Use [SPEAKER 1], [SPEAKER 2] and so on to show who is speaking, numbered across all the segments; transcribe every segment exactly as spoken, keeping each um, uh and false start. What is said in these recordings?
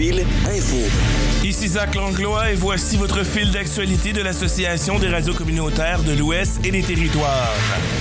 [SPEAKER 1] Fil Info.
[SPEAKER 2] Ici Zach Langlois et voici votre fil d'actualité de l'Association des radios communautaires de l'Ouest et des Territoires.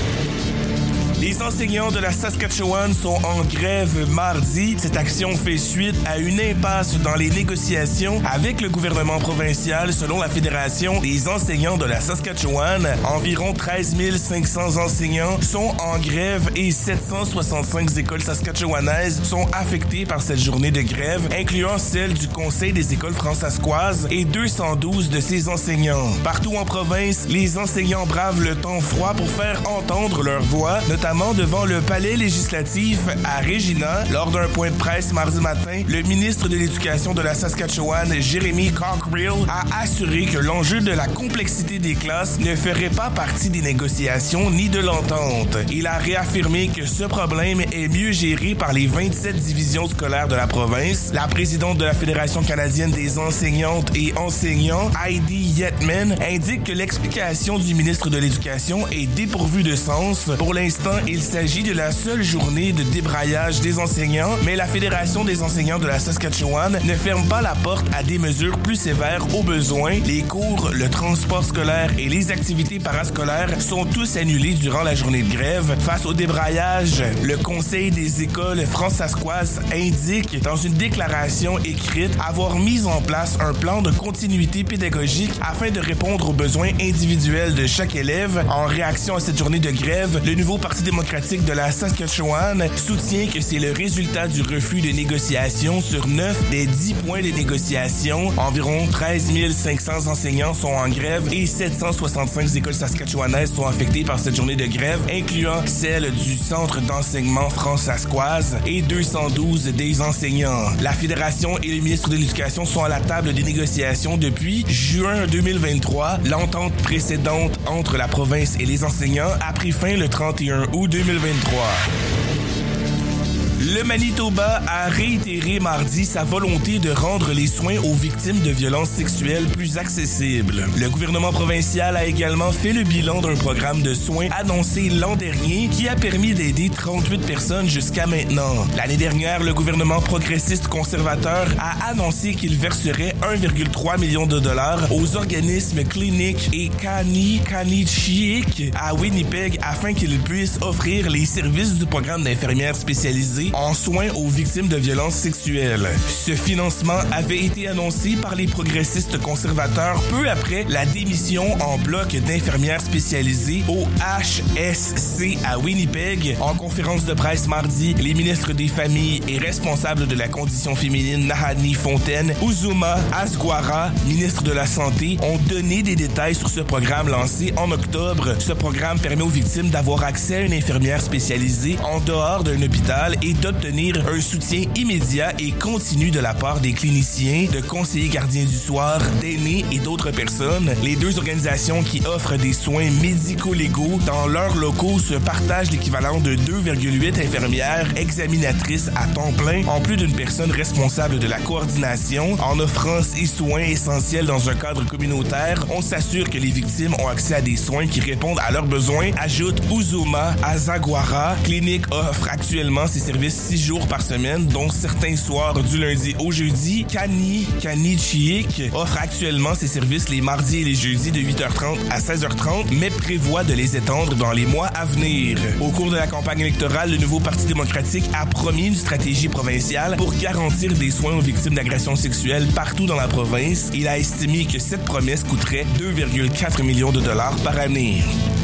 [SPEAKER 2] Les enseignants de la Saskatchewan sont en grève mardi. Cette action fait suite à une impasse dans les négociations avec le gouvernement provincial. Selon la Fédération des enseignants de la Saskatchewan, environ treize mille cinq cents enseignants sont en grève et sept cent soixante-cinq écoles saskatchewanaises sont affectées par cette journée de grève, incluant celle du Conseil des écoles fransaskoises et deux cent douze de ses enseignants. Partout en province, les enseignants bravent le temps froid pour faire entendre leur voix, notamment devant le palais législatif à Regina. Lors d'un point de presse mardi matin, le ministre de l'Éducation de la Saskatchewan, Jeremy Cockerill, a assuré que l'enjeu de la complexité des classes ne ferait pas partie des négociations ni de l'entente. Il a réaffirmé que ce problème est mieux géré par les vingt-sept divisions scolaires de la province. La présidente de la Fédération canadienne des enseignantes et enseignants, Heidi Yetman, indique que l'explication du ministre de l'Éducation est dépourvue de sens. Pour l'instant, il s'agit de la seule journée de débraillage des enseignants, mais la Fédération des enseignants de la Saskatchewan ne ferme pas la porte à des mesures plus sévères au besoin. Les cours, le transport scolaire et les activités parascolaires sont tous annulés durant la journée de grève. Face au débraillage, le Conseil des écoles fransaskoises indique dans une déclaration écrite avoir mis en place un plan de continuité pédagogique afin de répondre aux besoins individuels de chaque élève. En réaction à cette journée de grève, le nouveau Parti démocratique de la Saskatchewan soutient que c'est le résultat du refus de négociation sur neuf des dix points de négociation. Environ treize mille cinq cents enseignants sont en grève et sept cent soixante-cinq écoles saskatchewanaises sont affectées par cette journée de grève, incluant celle du Centre d'enseignement fransaskoise et deux cent douze des enseignants. La Fédération et le ministre de l'Éducation sont à la table des négociations depuis juin deux mille vingt-trois. L'entente précédente entre la province et les enseignants a pris fin le trente et un août deux mille vingt-trois. Le Manitoba a réitéré mardi sa volonté de rendre les soins aux victimes de violences sexuelles plus accessibles. Le gouvernement provincial a également fait le bilan d'un programme de soins annoncé l'an dernier qui a permis d'aider trente-huit personnes jusqu'à maintenant. L'année dernière, le gouvernement progressiste conservateur a annoncé qu'il verserait un virgule trois million de dollars aux organismes Clinic et Kani Kanichiik à Winnipeg afin qu'ils puissent offrir les services du programme d'infirmières spécialisées en soins aux victimes de violences sexuelles. Ce financement avait été annoncé par les progressistes conservateurs peu après la démission en bloc d'infirmières spécialisées au H S C à Winnipeg. En conférence de presse mardi, les ministres des Familles et responsables de la condition féminine Nahani Fontaine, Uzuma Asguara, ministre de la Santé, ont donné des détails sur ce programme lancé en octobre. Ce programme permet aux victimes d'avoir accès à une infirmière spécialisée en dehors d'un hôpital et d'obtenir un soutien immédiat et continu de la part des cliniciens, de conseillers gardiens du soir, d'aînés et d'autres personnes. Les deux organisations qui offrent des soins médico-légaux dans leurs locaux se partagent l'équivalent de deux virgule huit infirmières examinatrices à temps plein, en plus d'une personne responsable de la coordination. En offrant ces soins essentiels dans un cadre communautaire, on s'assure que les victimes ont accès à des soins qui répondent à leurs besoins, ajoute Uzuma Asagwara. Clinic offre actuellement ses services six jours par semaine, dont certains soirs du lundi au jeudi. Kani Kanichiik offre actuellement ses services les mardis et les jeudis de huit heures trente à seize heures trente, mais prévoit de les étendre dans les mois à venir. Au cours de la campagne électorale, le nouveau Parti démocratique a promis une stratégie provinciale pour garantir des soins aux victimes d'agressions sexuelles partout dans la province. Il a estimé que cette promesse coûterait deux virgule quatre millions de dollars par année.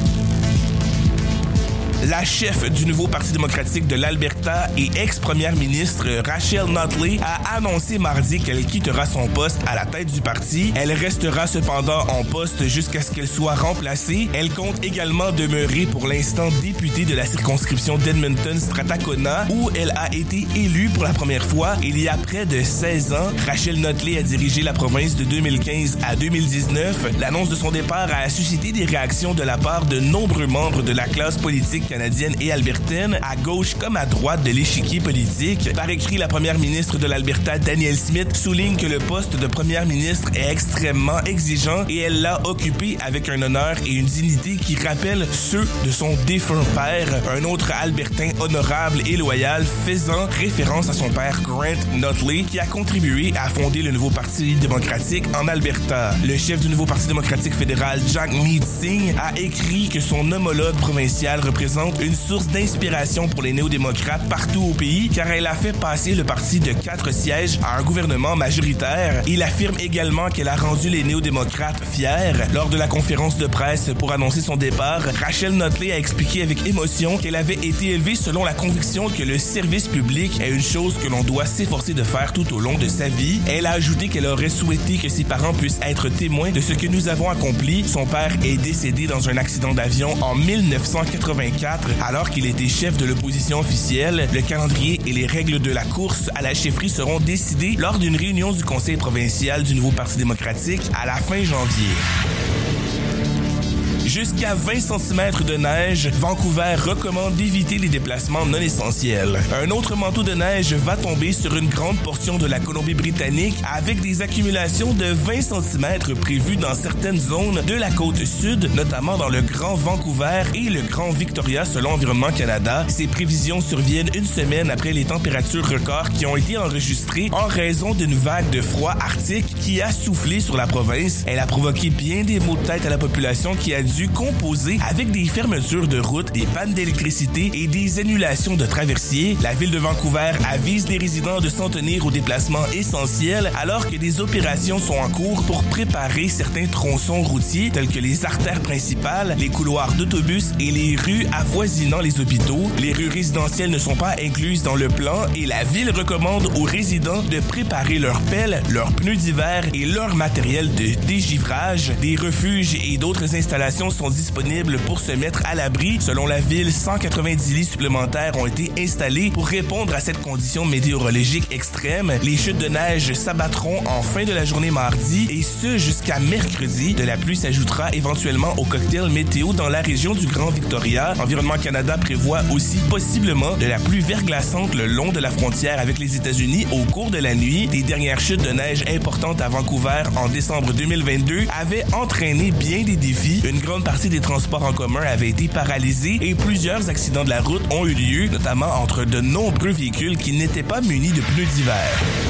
[SPEAKER 2] La chef du nouveau Parti démocratique de l'Alberta et ex-première ministre Rachel Notley a annoncé mardi qu'elle quittera son poste à la tête du parti. Elle restera cependant en poste jusqu'à ce qu'elle soit remplacée. Elle compte également demeurer pour l'instant députée de la circonscription d'Edmonton-Strathcona où elle a été élue pour la première fois il y a près de seize ans. Rachel Notley a dirigé la province de deux mille quinze à deux mille dix-neuf. L'annonce de son départ a suscité des réactions de la part de nombreux membres de la classe politique canadienne et albertaine, à gauche comme à droite de l'échiquier politique. Par écrit, la première ministre de l'Alberta, Danielle Smith, souligne que le poste de première ministre est extrêmement exigeant et elle l'a occupé avec un honneur et une dignité qui rappellent ceux de son défunt père, un autre albertain honorable et loyal, faisant référence à son père Grant Notley, qui a contribué à fonder le nouveau Parti démocratique en Alberta. Le chef du nouveau Parti démocratique fédéral, Jagmeet Singh, a écrit que son homologue provincial représente une source d'inspiration pour les néo-démocrates partout au pays, car elle a fait passer le parti de quatre sièges à un gouvernement majoritaire. Il affirme également qu'elle a rendu les néo-démocrates fiers. Lors de la conférence de presse pour annoncer son départ, Rachel Notley a expliqué avec émotion qu'elle avait été élevée selon la conviction que le service public est une chose que l'on doit s'efforcer de faire tout au long de sa vie. Elle a ajouté qu'elle aurait souhaité que ses parents puissent être témoins de ce que nous avons accompli. Son père est décédé dans un accident d'avion en mille neuf cent quatre-vingt-quatre alors qu'il était chef de l'opposition officielle. Le calendrier et les règles de la course à la chefferie seront décidés lors d'une réunion du conseil provincial du nouveau Parti démocratique à la fin janvier. Jusqu'à vingt centimètres de neige, Vancouver recommande d'éviter les déplacements non essentiels. Un autre manteau de neige va tomber sur une grande portion de la Colombie-Britannique avec des accumulations de vingt centimètres prévues dans certaines zones de la côte sud, notamment dans le Grand Vancouver et le Grand Victoria selon Environnement Canada. Ces prévisions surviennent une semaine après les températures records qui ont été enregistrées en raison d'une vague de froid arctique qui a soufflé sur la province. Elle a provoqué bien des maux de tête à la population qui a dû composé avec des fermetures de routes, des pannes d'électricité et des annulations de traversiers. La ville de Vancouver avise les résidents de s'en tenir aux déplacements essentiels alors que des opérations sont en cours pour préparer certains tronçons routiers tels que les artères principales, les couloirs d'autobus et les rues avoisinant les hôpitaux. Les rues résidentielles ne sont pas incluses dans le plan et la ville recommande aux résidents de préparer leurs pelles, leurs pneus d'hiver et leur matériel de dégivrage. Des refuges et d'autres installations sont disponibles pour se mettre à l'abri. Selon la ville, cent quatre-vingt-dix lits supplémentaires ont été installés pour répondre à cette condition météorologique extrême. Les chutes de neige s'abattront en fin de la journée mardi et ce jusqu'à mercredi. De la pluie s'ajoutera éventuellement au cocktail météo dans la région du Grand Victoria. Environnement Canada prévoit aussi possiblement de la pluie verglaçante le long de la frontière avec les États-Unis au cours de la nuit. Les dernières chutes de neige importantes à Vancouver en décembre deux mille vingt-deux avaient entraîné bien des défis. Une grande partie des transports en commun avait été paralysée et plusieurs accidents de la route ont eu lieu, notamment entre de nombreux véhicules qui n'étaient pas munis de pneus d'hiver.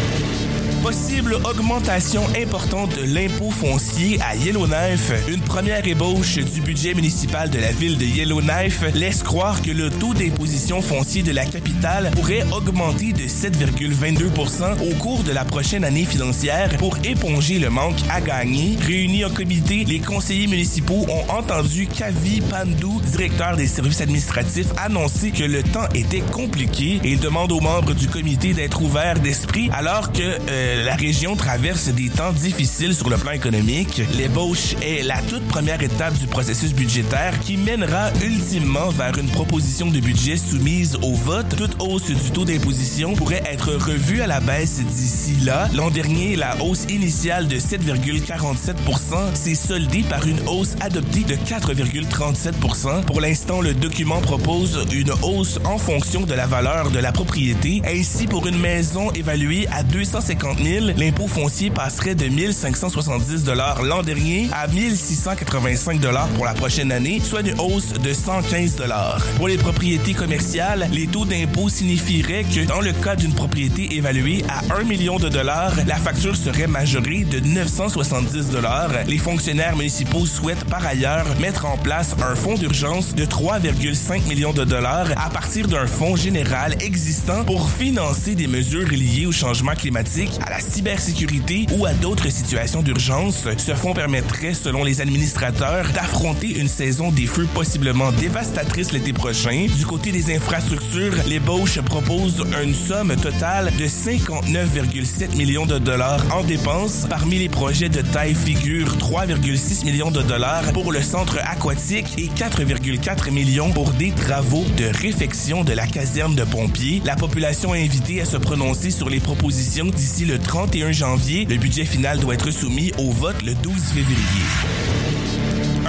[SPEAKER 2] Possible augmentation importante de l'impôt foncier à Yellowknife. Une première ébauche du budget municipal de la ville de Yellowknife laisse croire que le taux d'imposition foncier de la capitale pourrait augmenter de sept virgule vingt-deux pour cent au cours de la prochaine année financière pour éponger le manque à gagner. Réunis en comité, les conseillers municipaux ont entendu Kavi Pandou, directeur des services administratifs, annoncer que le temps était compliqué et il demande aux membres du comité d'être ouverts d'esprit alors que euh, la région traverse des temps difficiles sur le plan économique. L'ébauche est la toute première étape du processus budgétaire qui mènera ultimement vers une proposition de budget soumise au vote. Toute hausse du taux d'imposition pourrait être revue à la baisse d'ici là. L'an dernier, la hausse initiale de sept virgule quarante-sept pour cent s'est soldée par une hausse adoptée de quatre virgule trente-sept pour cent. Pour l'instant, le document propose une hausse en fonction de la valeur de la propriété. Ainsi, pour une maison évaluée à deux cent cinquante mille, l'impôt foncier passerait de mille cinq cent soixante-dix dollars l'an dernier à mille six cent quatre-vingt-cinq dollars pour la prochaine année, soit une hausse de cent quinze dollars. Pour les propriétés commerciales, les taux d'impôt signifieraient que dans le cas d'une propriété évaluée à un million de dollars, la facture serait majorée de neuf cent soixante-dix dollars. Les fonctionnaires municipaux souhaitent par ailleurs mettre en place un fonds d'urgence de trois virgule cinq millions de dollars à partir d'un fonds général existant pour financer des mesures liées au changement climatique, à la cybersécurité ou à d'autres situations d'urgence. Ce fonds permettrait, selon les administrateurs, d'affronter une saison des feux possiblement dévastatrice l'été prochain. Du côté des infrastructures, l'ébauche propose une somme totale de cinquante-neuf virgule sept millions de dollars en dépenses. Parmi les projets de taille figurent trois virgule six millions de dollars pour le centre aquatique et quatre virgule quatre millions pour des travaux de réfection de la caserne de pompiers. La population est invitée à se prononcer sur les propositions d'ici le trente et un janvier. Le budget final doit être soumis au vote le douze février.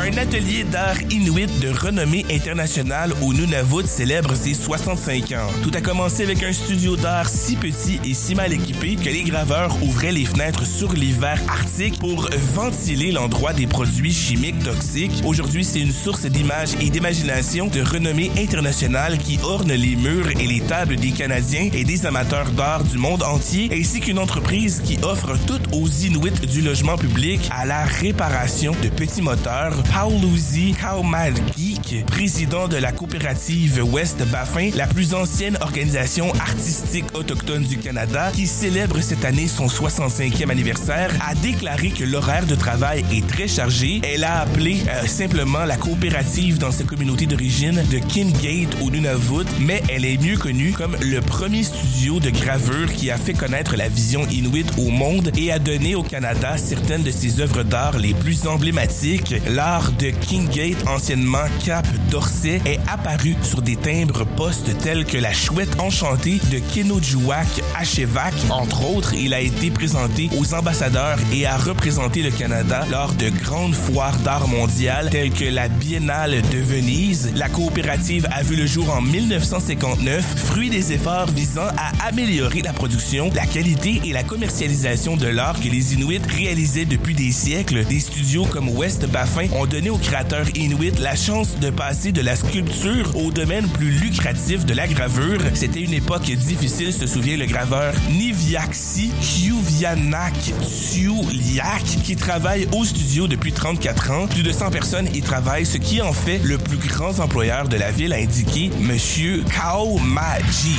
[SPEAKER 2] Un atelier d'art inuit de renommée internationale au Nunavut célèbre ses soixante-cinq ans. Tout a commencé avec un studio d'art si petit et si mal équipé que les graveurs ouvraient les fenêtres sur l'hiver arctique pour ventiler l'endroit des produits chimiques toxiques. Aujourd'hui, c'est une source d'images et d'imagination de renommée internationale qui orne les murs et les tables des Canadiens et des amateurs d'art du monde entier, ainsi qu'une entreprise qui offre tout aux Inuits du logement public à la réparation de petits moteurs. Pauluzi Kaumalgik, président de la coopérative West Baffin, la plus ancienne organisation artistique autochtone du Canada, qui célèbre cette année son soixante-cinquième anniversaire, a déclaré que l'horaire de travail est très chargé. Elle a appelé euh, simplement la coopérative dans sa communauté d'origine de Kinngate au Nunavut, mais elle est mieux connue comme le premier studio de gravure qui a fait connaître la vision inuit au monde et a donné au Canada certaines de ses œuvres d'art les plus emblématiques. L'art de Kinngate, anciennement Cap d'Orsay, est apparu sur des timbres postes tels que la chouette enchantée de Kenojuak Ashevak. Entre autres, il a été présenté aux ambassadeurs et a représenté le Canada lors de grandes foires d'art mondiales telles que la Biennale de Venise. La coopérative a vu le jour en mille neuf cent cinquante-neuf, fruit des efforts visant à améliorer la production, la qualité et la commercialisation de l'art que les Inuits réalisaient depuis des siècles. Des studios comme West Baffin ont donné aux créateurs inuits la chance de passer de la sculpture au domaine plus lucratif de la gravure. C'était une époque difficile, se souvient le graveur Niviaksi Kyuvianak Tsuliak, qui travaille au studio depuis trente-quatre ans. Plus de cent personnes y travaillent, ce qui en fait le plus grand employeur de la ville, a indiqué Monsieur Kaumalgik.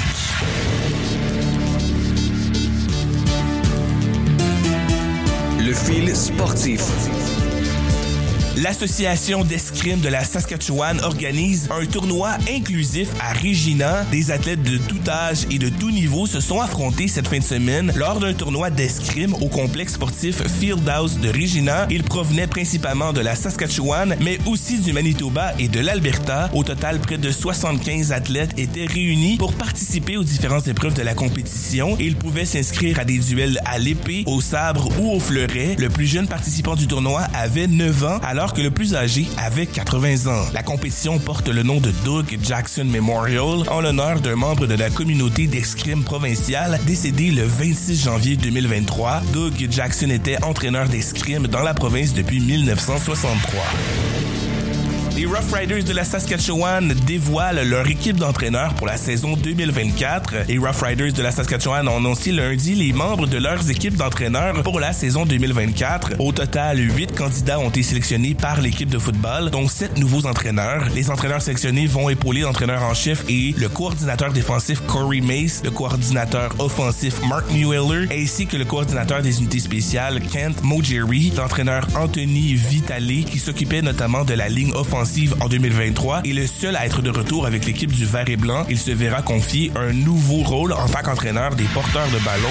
[SPEAKER 1] Le fil sportif.
[SPEAKER 2] L'Association d'escrime de la Saskatchewan organise un tournoi inclusif à Regina. Des athlètes de tout âge et de tout niveau se sont affrontés cette fin de semaine lors d'un tournoi d'escrime au complexe sportif Fieldhouse de Regina. Ils provenaient principalement de la Saskatchewan, mais aussi du Manitoba et de l'Alberta. Au total, près de soixante-quinze athlètes étaient réunis pour participer aux différentes épreuves de la compétition. Ils pouvaient s'inscrire à des duels à l'épée, au sabre ou au fleuret. Le plus jeune participant du tournoi avait neuf ans, alors que le plus âgé avait quatre-vingts ans. La compétition porte le nom de Doug Jackson Memorial en l'honneur d'un membre de la communauté d'escrime provinciale décédé le vingt-six janvier deux mille vingt-trois. Doug Jackson était entraîneur d'escrime dans la province depuis mille neuf cent soixante-trois. Les Rough Riders de la Saskatchewan dévoilent leur équipe d'entraîneurs pour la saison deux mille vingt-quatre. Les Rough Riders de la Saskatchewan ont annoncé lundi les membres de leurs équipes d'entraîneurs pour la saison deux mille vingt-quatre. Au total, huit candidats ont été sélectionnés par l'équipe de football, dont sept nouveaux entraîneurs. Les entraîneurs sélectionnés vont épauler l'entraîneur en chef et le coordinateur défensif Corey Mace, le coordinateur offensif Mark Mueller, ainsi que le coordinateur des unités spéciales Kent Mojeri, l'entraîneur Anthony Vitale, qui s'occupait notamment de la ligne offensive en deux mille vingt-trois, est le seul à être de retour avec l'équipe du Vert et Blanc. Il se verra confier un nouveau rôle en tant qu'entraîneur des porteurs de ballon.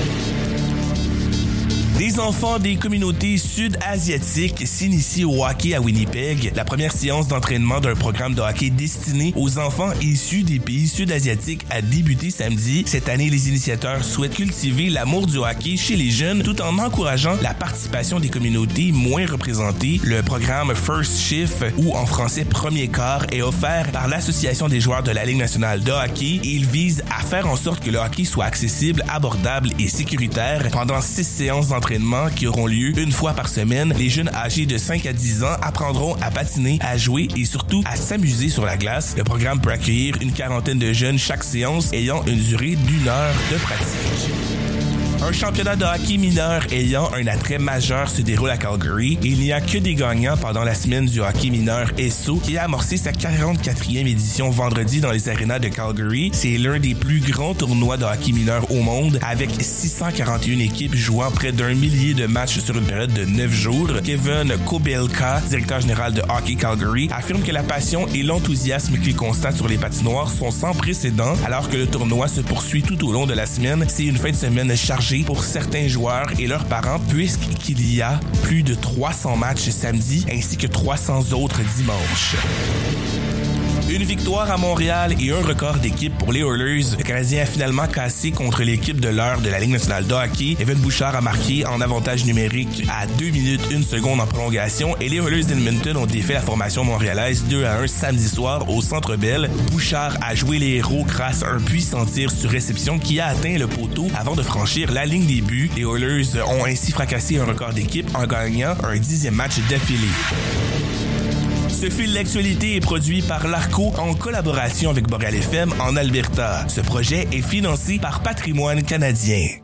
[SPEAKER 2] Des enfants des communautés sud-asiatiques s'initient au hockey à Winnipeg. La première séance d'entraînement d'un programme de hockey destiné aux enfants issus des pays sud-asiatiques a débuté samedi. Cette année, les initiateurs souhaitent cultiver l'amour du hockey chez les jeunes tout en encourageant la participation des communautés moins représentées. Le programme First Shift, ou en français Premier quart, est offert par l'Association des joueurs de la Ligue nationale de hockey et il vise à faire en sorte que le hockey soit accessible, abordable et sécuritaire. Pendant six séances d'entraînement qui auront lieu une fois par semaine, les jeunes âgés de cinq à dix ans apprendront à patiner, à jouer et surtout à s'amuser sur la glace. Le programme peut accueillir une quarantaine de jeunes chaque séance ayant une durée d'une heure de pratique. Un championnat de hockey mineur ayant un attrait majeur se déroule à Calgary. Il n'y a que des gagnants pendant la semaine du hockey mineur S O qui a amorcé sa quarante-quatrième édition vendredi dans les arénas de Calgary. C'est l'un des plus grands tournois de hockey mineur au monde avec six cent quarante et une équipes jouant près d'un millier de matchs sur une période de neuf jours. Kevin Kobelka, directeur général de Hockey Calgary, affirme que la passion et l'enthousiasme qu'il constate sur les patinoires sont sans précédent alors que le tournoi se poursuit tout au long de la semaine. C'est une fin de semaine chargée pour certains joueurs et leurs parents puisqu'il y a plus de trois cents matchs samedi ainsi que trois cents autres dimanches. Une victoire à Montréal et un record d'équipe pour les Oilers. Le Canadien a finalement cassé contre l'équipe de l'heure de la Ligue nationale de hockey. Evan Bouchard a marqué en avantage numérique à deux minutes une seconde en prolongation et les Oilers d'Edmonton ont défait la formation montréalaise deux à un samedi soir au Centre Bell. Bouchard a joué les héros grâce à un puissant tir sur réception qui a atteint le poteau avant de franchir la ligne des buts. Les Oilers ont ainsi fracassé un record d'équipe en gagnant un dixième match d'affilée. Ce fil d'actualité est produit par l'Arco en collaboration avec Boréal F M en Alberta. Ce projet est financé par Patrimoine canadien.